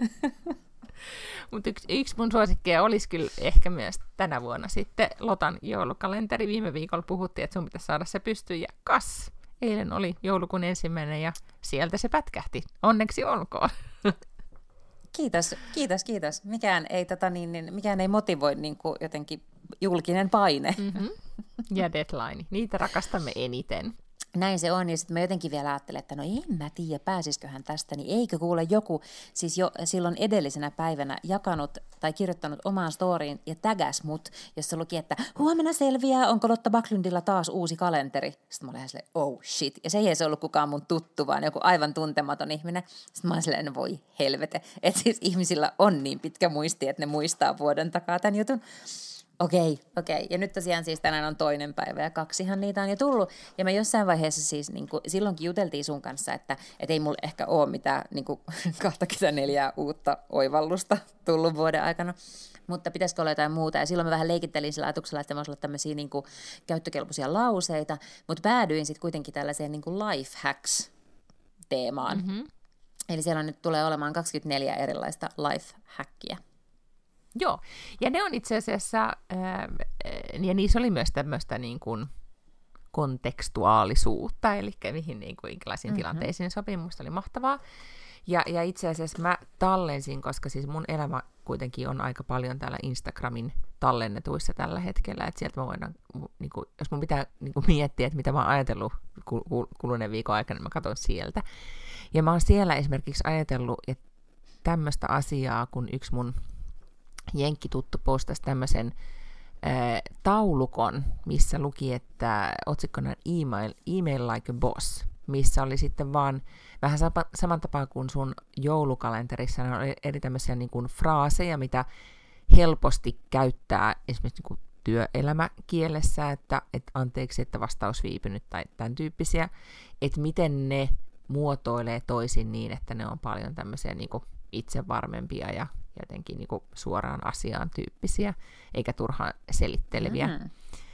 Mutta yksi, yksi mun suosikkeja olisi kyllä ehkä myös tänä vuonna sitten Lotan joulukalenteri. Viime viikolla puhuttiin, että sun pitäisi saada se pystyyn, ja kas, eilen oli joulukuun ensimmäinen, ja sieltä se pätkähti. Onneksi olkoon. Kiitos, kiitos, kiitos. Mikään ei, tota, niin, niin, mikään ei motivoi niin kuin jotenkin julkinen paine. Mm-hmm. Ja deadline. Niitä rakastamme eniten. Näin se on, ja sitten mä jotenkin vielä ajattelen, että no en mä tiedä, pääsisiköhän tästä, niin eikö kuule joku siis jo silloin edellisenä päivänä jakanut tai kirjoittanut omaan storyin ja tägäs mut, jossa luki, että huomenna selviää, onko Lotta Backlundilla taas uusi kalenteri. Sitten mä olin silleen, oh shit, ja se ei se ollut kukaan mun tuttu, vaan joku aivan tuntematon ihminen. Sitten mä olin silleen, no voi helvete, että siis ihmisillä on niin pitkä muisti, että ne muistaa vuoden takaa tämän jutun. Okei, okei. Ja nyt tosiaan siis tänään on toinen päivä ja kaksihan niitä on jo tullut. Ja me jossain vaiheessa siis niin kuin, silloinkin juteltiin sun kanssa, että et ei mulla ehkä ole mitään niin kuin, kaksikymmentäneljä uutta oivallusta tullut vuoden aikana. Mutta pitäisikö olla jotain muuta? Ja silloin mä vähän leikittelin sillä ajatuksella, että voisi olla tämmöisiä niin kuin, käyttökelpoisia lauseita. Mutta päädyin sitten kuitenkin tällaiseen niin kuin life hacks teemaan. Mm-hmm. Eli siellä nyt tulee olemaan kaksikymmentäneljä erilaista life-häkkiä. Joo, ja ne on itse asiassa, ää, ja niissä oli myös tämmöistä niin kuin kontekstuaalisuutta, eli mihin niin kuin, minkälaisiin mm-hmm. tilanteisiin sopii. Musta oli mahtavaa. Ja, ja itse asiassa mä tallensin, koska siis mun elämä kuitenkin on aika paljon täällä Instagramin tallennetuissa tällä hetkellä, että sieltä mä voidaan, niin kuin, jos mun pitää niin kuin miettiä, että mitä mä oon ajatellut kuluneen viikon aikana, niin mä katson sieltä. Ja mä oon siellä esimerkiksi ajatellut, että tämmöistä asiaa, kun yksi mun jenkkituttu postasi tämmöisen ää, taulukon, missä luki, että otsikkona email, email like a boss, missä oli sitten vaan vähän saman tapaan kuin sun joulukalenterissa on eri tämmöisiä niin kuin fraaseja, mitä helposti käyttää esimerkiksi niin kuin työelämäkielessä, että, että anteeksi, että vastaus viipynyt tai tämän tyyppisiä, että miten ne muotoilee toisin niin, että ne on paljon tämmöisiä niin kuin itsevarmempia ja jotenkin niin kuin suoraan asiaan tyyppisiä, eikä turhaan selitteleviä. Mm-hmm.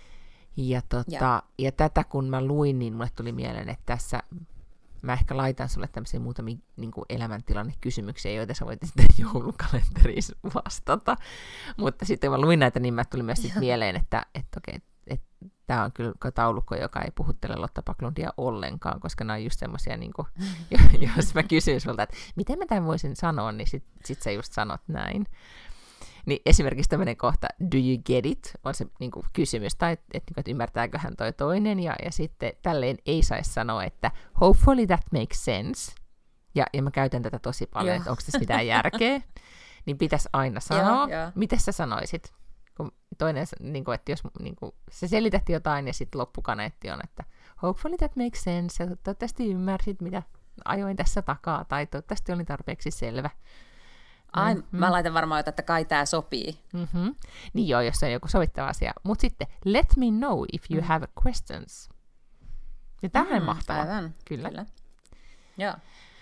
Ja, tota, yeah. ja tätä kun mä luin, niin mulle tuli mieleen, että tässä mä ehkä laitan sulle tämmöisiä muutamia niin kuin elämäntilannekysymyksiä, joita sä voit sitten joulukalenteriin vastata. Mutta sitten kun mä luin näitä, niin mä tuli myös sit mieleen, että, että okei, että tämä on kyllä taulukko, joka ei puhuttele Lotta Backlundia ollenkaan, koska nämä on just semmoisia, niin kuin, jos mä kysyn sulta, että miten mä tämän voisin sanoa, niin sit, sit sä just sanot näin. Niin esimerkiksi tämmöinen kohta, do you get it, on se niin kuin kysymys, tai että et, et ymmärtääköhän toi toinen, ja, ja sitten tälleen ei saisi sanoa, että hopefully that makes sense, ja, ja mä käytän tätä tosi paljon, että onko tässä mitään järkeä, niin pitäisi aina sanoa, miten sä sanoisit, kun toinen, niin kuin, että jos niin kuin, sä selität jotain, ja sitten loppukaneetti on, että hopefully that makes sense, ja toivottavasti ymmärsit, mitä ajoin tässä takaa, tai toivottavasti oli tarpeeksi selvä. Ai, mm-hmm. mä laitan varmaan, että kai tää sopii. Mm-hmm. Niin joo, jos on joku sovittava asia. Mutta sitten, let me know if you mm. have questions. Ja tämmöinen mm, mahtavaa. Aivan. Kyllä. Kyllä. Joo.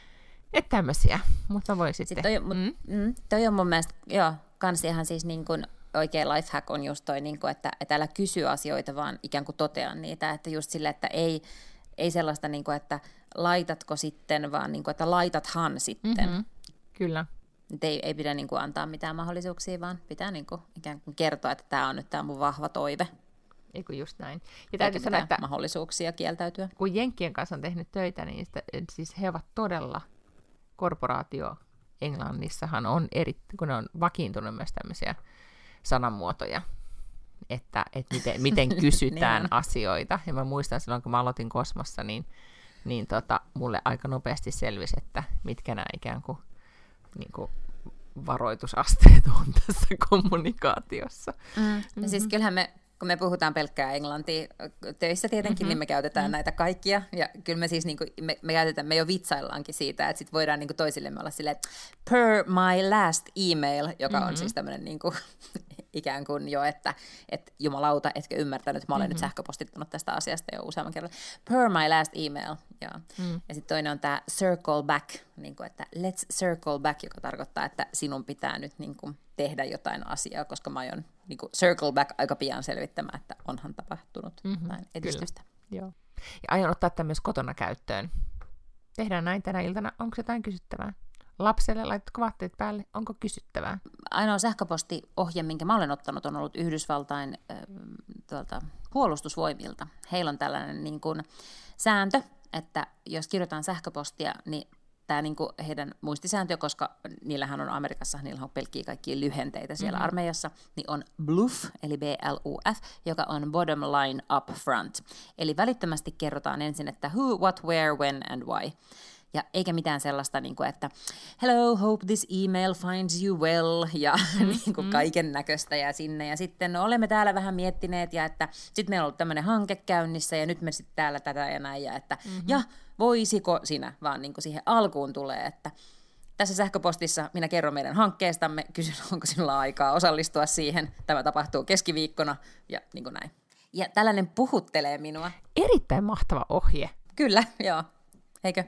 Että tämmöisiä, mutta voi sitten. sitten toi, mut, mm. Mm, toi on mun mielestä, joo, kans ihan siis niin kuin oikea lifehack on just toi, niin kuin, että, että älä kysy asioita, vaan ikään kuin totea niitä. Että just sille, että ei, ei sellaista, niin kuin, että laitatko sitten, vaan niin kuin, että laitathan sitten. Mm-hmm. Kyllä. Ei, ei pidä niin kuin antaa mitään mahdollisuuksia, vaan pitää niin kuin ikään kuin kertoa, että tämä on nyt tämä mun vahva toive. Eiku just näin. Ja täytyy sanoa, että mahdollisuuksia kieltäytyä. Kun Jenkkien kanssa on tehnyt töitä, niin sitä, siis he ovat todella, korporaatio Englannissahan on eri, kun ne on vakiintunut myös tämmöisiä sanamuotoja, että, että miten, miten kysytään niin asioita. Ja mä muistan silloin, kun mä aloitin Kosmossa, niin, niin tota, mulle aika nopeasti selvisi, että mitkä nämä ikään kuin niin kuin varoitusasteet on tässä kommunikaatiossa. Mm. Mm-hmm. Ja siis kyllähän me, kun me puhutaan pelkkää englantia töissä tietenkin, mm-hmm. niin me käytetään mm-hmm. näitä kaikkia. Ja kyllä me siis niin kuin, me, me käytetään, me jo vitsaillaankin siitä, että sit voidaan niin kuin toisillemme olla silleen, per my last email, joka mm-hmm. on siis tämmöinen niin kuin ikään kuin jo, että et, jumalauta, etkö ymmärtänyt, mä olen mm-hmm. nyt sähköpostittanut tästä asiasta jo useamman kerran. Per my last email, joo. Mm. Ja sitten toinen on tämä circle back, niin kuin, että let's circle back, joka tarkoittaa, että sinun pitää nyt niin kuin tehdä jotain asiaa, koska mä aion niin kuin circle back aika pian selvittämään, että onhan tapahtunut mm-hmm. jotain edistystä. Joo. Ja aion ottaa tämän myös kotona käyttöön. Tehdään näin tänä iltana. Onko jotain kysyttävää? Lapselle laitatko vaatteet päälle? Onko kysyttävää? Ainoa sähköpostiohje, minkä mä olen ottanut, on ollut Yhdysvaltain äh, tuolta, puolustusvoimilta. Heillä on tällainen niin kuin sääntö, että jos kirjoitetaan sähköpostia, niin tämä niin kuin heidän muistisääntö, koska niillähän on Amerikassa, niillä on pelkkiä kaikkia lyhenteitä siellä mm-hmm. armeijassa, niin on BLUF, eli B L U F, joka on bottom line up front. Eli välittömästi kerrotaan ensin, että who, what, where, when and why. Ja eikä mitään sellaista, niin kuin, että hello, hope this email finds you well, ja mm-hmm. niin kuin kaiken näköistä ja sinne. Ja sitten no, olemme täällä vähän miettineet, ja että sitten meillä on ollut tämmöinen hanke käynnissä, ja nyt me sitten täällä tätä ja näin, ja että mm-hmm. ja voisiko sinä, vaan niin kuin siihen alkuun tulee, että tässä sähköpostissa minä kerron meidän hankkeestamme, kysyn, onko sinulla aikaa osallistua siihen, tämä tapahtuu keskiviikkona, ja niin kuin näin. Ja tällainen puhuttelee minua. Erittäin mahtava ohje. Kyllä, joo. Eikö?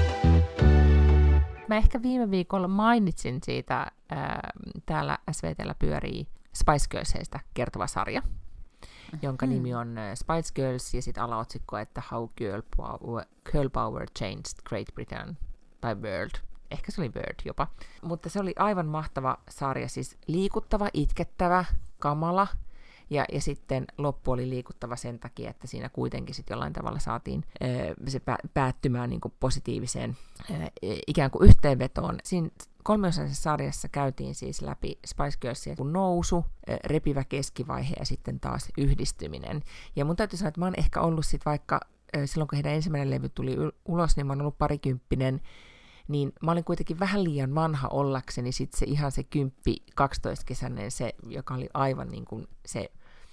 Mä ehkä viime viikolla mainitsin siitä, ää, täällä S V T:llä pyörii Spice Girlsista kertova sarja. jonka Hmm. nimi on Spice Girls, ja sitten alaotsikko, että How Girl Power, Girl Power Changed Great Britain, tai World. Ehkä se oli World jopa. Mutta se oli aivan mahtava sarja, siis liikuttava, itkettävä, kamala, ja, ja sitten loppu oli liikuttava sen takia, että siinä kuitenkin sitten jollain tavalla saatiin ää, se pä- päättymään niin kuin positiiviseen ää, ikään kuin yhteenvetoon. Siinä kolmiosaisessa sarjassa käytiin siis läpi Spice Girlsia kun nousu, ää, repivä keskivaihe ja sitten taas yhdistyminen. Ja mun täytyy sanoa, että mä oon ehkä ollut sitten vaikka ää, silloin, kun heidän ensimmäinen levy tuli ulos, niin mä oon ollut parikymppinen, niin mä olin kuitenkin vähän liian vanha ollakseni sitten se ihan se kymppi kaksitoista-kesäinen, se, joka oli aivan niin kuin se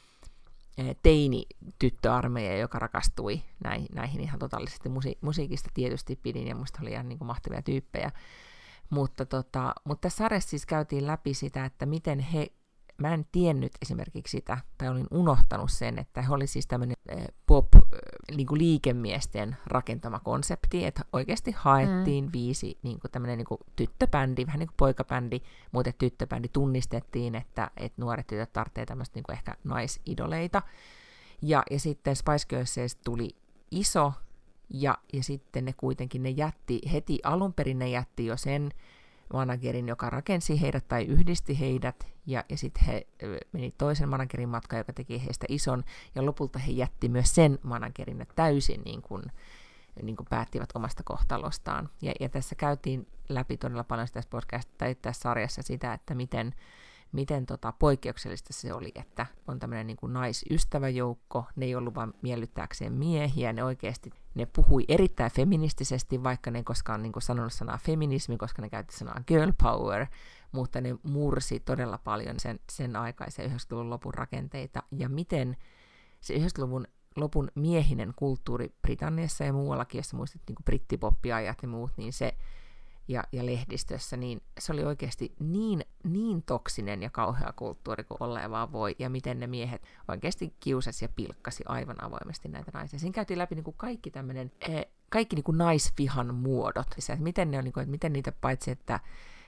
teini-tyttöarmeija, joka rakastui näihin, näihin ihan totaalisesti. Musi- musiikista tietysti pidin, ja musta oli ihan niin kuin mahtavia tyyppejä. Mutta, tota, mutta tässä sarjassa siis käytiin läpi sitä, että miten he, mä en tiennyt esimerkiksi sitä, tai olin unohtanut sen, että he oli siis tämmöinen äh, pop, äh, niin kuin liikemiesten rakentama konsepti, että oikeasti haettiin mm. viisi niin kuin tämmöinen niin kuin tyttöbändi, vähän niin kuin poikabändi, mutta tyttöbändi tunnistettiin, että, että nuoret tytöt tarvitsee tämmöistä niin kuin ehkä naisidoleita. Ja, ja sitten Spice Girlsista tuli iso, ja, ja sitten ne kuitenkin ne jätti, heti alun perin ne jätti jo sen managerin, joka rakensi heidät tai yhdisti heidät, ja, ja sitten he meni toisen managerin matkaan, joka teki heistä ison, ja lopulta he jätti myös sen managerin, että täysin niin kuin, niin kuin päättivät omasta kohtalostaan. Ja, ja tässä käytiin läpi todella paljon tässä podcast tai tässä sarjassa sitä, että miten, miten tota, poikkeuksellista se oli, että on tämmöinen niin kuin naisystäväjoukko, ne ei ollut vain miellyttääkseen miehiä, ne oikeasti ne puhui erittäin feministisesti, vaikka ne ei koskaan niin kuin sanonut sanaa feminismi, koska ne käytti sanaa girl power, mutta ne mursi todella paljon sen, sen aikaisen yhdeksänkymmentäluvun lopun rakenteita, ja miten se yhdeksänkymmentäluvun lopun miehinen kulttuuri Britanniassa ja muuallakin, jossa muistit niin kuin brittipoppia ja muut, niin se Ja, ja lehdistössä, niin se oli oikeasti niin, niin toksinen ja kauhea kulttuuri kuin olleen vaan voi, ja miten ne miehet oikeasti kiusasi ja pilkkasi aivan avoimesti näitä naisia. Siinä käytiin läpi niin kuin kaikki tämmöinen, eh, kaikki niin kuin naisvihan muodot, että miten, ne on, niin kuin, että miten niitä paitsi, että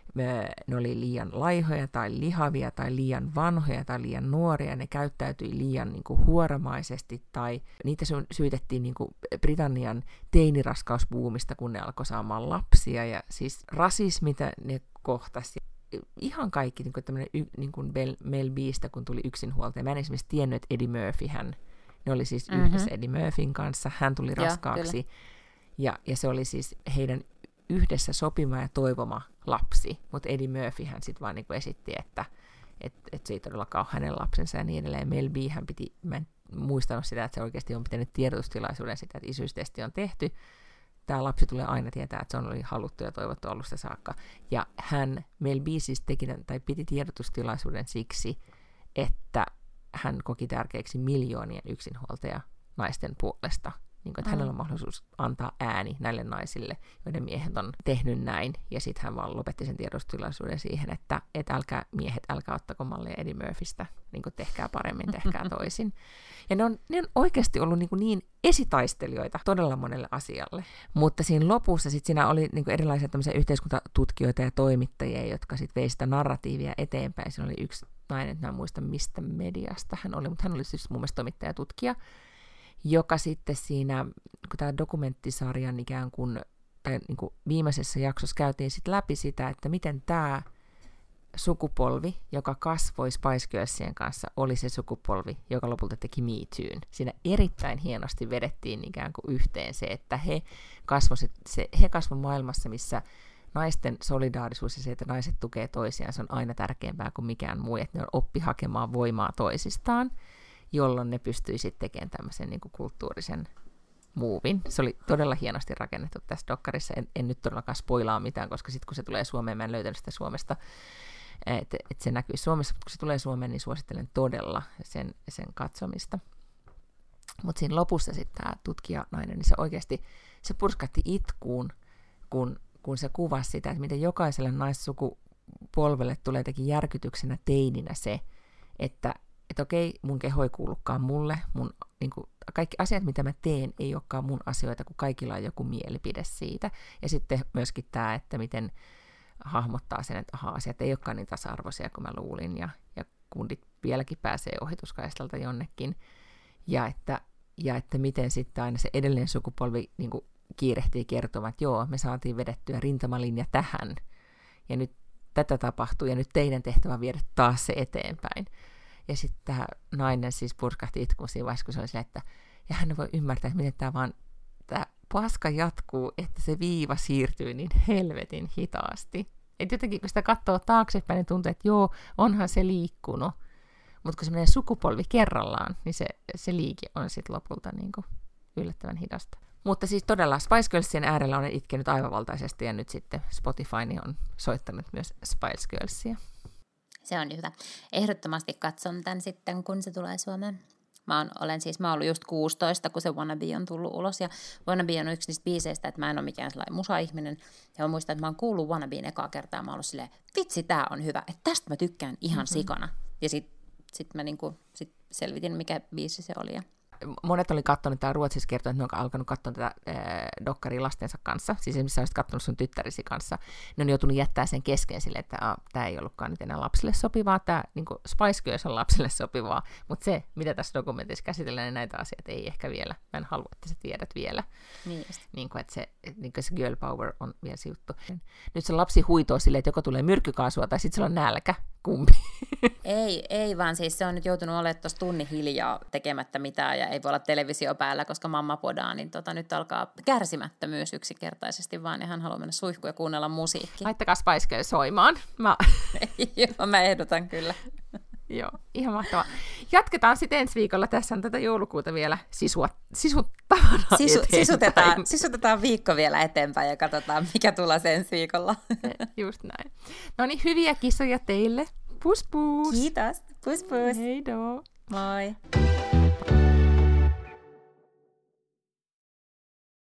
ne oli liian laihoja tai lihavia tai liian vanhoja tai liian nuoria, ne käyttäytyi liian niin kuin huoromaisesti tai niitä syytettiin niin kuin Britannian teiniraskausbuumista, kun ne alkoi saamaan lapsia ja siis rasismit ne kohtasi. Ihan kaikki, niin kuin tämmöinen niin kuin Mel Bistä, kun tuli yksinhuoltaja. Mä en esimerkiksi tiennyt, että Eddie Murphy, hän, ne oli siis mm-hmm. yhdessä Eddie Murphyn kanssa, hän tuli raskaaksi ja, ja se oli siis heidän yhdessä sopima ja toivoma lapsi, mutta Eddie Murphy hän sitten vaan niinku esitti, että et, et se ei todellakaan ole hänen lapsensa ja niin edelleen. Mel B hän piti, mä en muistanut sitä, että se oikeasti on pitänyt tiedotustilaisuuden sitä, että isyystesti on tehty. Tämä lapsi tulee aina tietää, että se on oli haluttu ja toivottu alusta saakka. Ja hän, Mel B siis teki, tai piti tiedotustilaisuuden siksi, että hän koki tärkeäksi miljoonien yksinhuoltaja naisten puolesta. Niin kuin, että mm. hänellä on mahdollisuus antaa ääni näille naisille, joiden miehet on tehnyt näin. Ja sitten hän vaan lopetti sen tiedotustilaisuuden siihen, että et älkää miehet, älkää ottako mallia Eddie Murphystä. Niin kuin, tehkää paremmin, tehkää toisin. Ja ne on, ne on oikeasti ollut niin, niin esitaistelijoita todella monelle asialle. Mutta siinä lopussa sit siinä oli niin kuin erilaisia yhteiskuntatutkijoita ja toimittajia, jotka sitten vei sitä narratiivia eteenpäin. Siinä oli yksi nainen, mä en muista mistä mediasta hän oli, mutta hän oli siis mun mielestä toimittaja ja tutkija, joka sitten siinä, kun tämä dokumenttisarjan ikään kuin, tai niin kuin viimeisessä jaksossa käytiin sitten läpi sitä, että miten tämä sukupolvi, joka kasvoi Spice Girlsien kanssa, oli se sukupolvi, joka lopulta teki Me Toon. Siinä erittäin hienosti vedettiin ikään kuin yhteen se, että he kasvoivat se, he kasvoi maailmassa, missä naisten solidaarisuus ja se, että naiset tukee toisiaan, se on aina tärkeämpää kuin mikään muu, että ne on oppi hakemaan voimaa toisistaan, jolloin ne pystyi sitten tekemään tämmöisen niin kuin kulttuurisen muuvin. Se oli todella hienosti rakennettu tässä dokkarissa. En, en nyt todellakaan spoilaa mitään, koska sitten kun se tulee Suomeen, mä en löytänyt sitä Suomesta, että et se näkyy Suomessa, mutta kun se tulee Suomeen, niin suosittelen todella sen, sen katsomista. Mutta siinä lopussa sitten tämä tutkijanainen, niin se oikeasti, se purskatti itkuun, kun, kun se kuvasi sitä, että miten jokaiselle naissukupolvelle tulee jotenkin järkytyksenä teininä se, että että okei, mun keho ei kuulukaan mulle, mun, niin kuin, kaikki asiat, mitä mä teen, ei olekaan mun asioita, kun kaikilla on joku mielipide siitä. Ja sitten myöskin tämä, että miten hahmottaa sen, että aha, asiat ei olekaan niin tasa-arvoisia kuin mä luulin, ja, ja kundit vieläkin pääsee ohituskaistalta jonnekin. Ja että, ja että miten sitten aina se edellinen sukupolvi niin kuin kiirehtii kertomaan, että joo, me saatiin vedettyä rintamalinja tähän, ja nyt tätä tapahtuu, ja nyt teidän tehtävä viedä taas se eteenpäin. Ja sitten tämä nainen siis purskahti itkuun siinä vaiheessa, kun se oli silleen, että ja hän voi ymmärtää, että miten tämä vaan, tämä paska jatkuu, että se viiva siirtyy niin helvetin hitaasti. Että jotenkin, kun sitä katsoo taaksepäin, niin tuntuu, että joo, onhan se liikkunut. Mutta kun se menee sukupolvi kerrallaan, niin se, se liike on sitten lopulta niin kuin yllättävän hidasta. Mutta siis todella Spice Girlsien äärellä olen itkenyt aivan valtaisesti, ja nyt sitten Spotify on soittanut myös Spice Girlsia. Se on hyvä. Ehdottomasti katson tämän sitten, kun se tulee Suomeen. Mä, on, olen siis, mä oon ollut just kuusitoista, kun se Wannabe on tullut ulos, ja Wannabe on yksi niistä biiseistä, että mä en ole mikään sellainen musa-ihminen, ja mä muistan, että mä oon kuullut Wannabeen ekaa kertaa, ja mä oon ollut silleen, vitsi, tää on hyvä, että tästä mä tykkään ihan mm-hmm. sikana. Ja sit, sit mä niinku, sit selvitin, mikä biisi se oli. Ja monet oli katsonut, tämä Ruotsissa kertoo, että ne on alkanut katsoa tätä äh, dokkaria lastensa kanssa, siis esimerkiksi olisit katsonut sun tyttärisi kanssa, ne on joutunut jättää sen kesken sille, että ah, tämä ei ollutkaan nyt enää lapsille sopivaa, tämä niin Spice Girls on lapsille sopivaa, mutta se, mitä tässä dokumentissa käsitellään, niin näitä asioita ei ehkä vielä, mä en halua, että sä tiedät vielä, niin, niin kuin, että se, niin kuin se girl power on vielä se juttu. Nyt se lapsi huitoo silleen, että joko tulee myrkkykaasua tai sitten sillä on nälkä, kumpi. Ei, ei vaan siis se on nyt joutunut olemaan tuossa tunnin hiljaa tekemättä mitään ja ei voi olla televisio päällä, koska mamma podaa, niin tota, nyt alkaa kärsimättömyys yksinkertaisesti vaan ja hän haluaa mennä suihkuun ja kuunnella musiikkia. Laittakaa Spice Girls soimaan. Mä... Joo, mä ehdotan kyllä. Joo, ihan mahtavaa. Jatketaan sitten ensi viikolla. Tässä on tätä joulukuuta vielä sisua, sisuttavana Sisu, sisutetaan, sisutetaan viikko vielä eteenpäin ja katsotaan, mikä tulee ensi viikolla. Just näin. No niin, hyviä kisoja teille. Pus pus! Kiitos. Pus pus! Heidoo! Moi!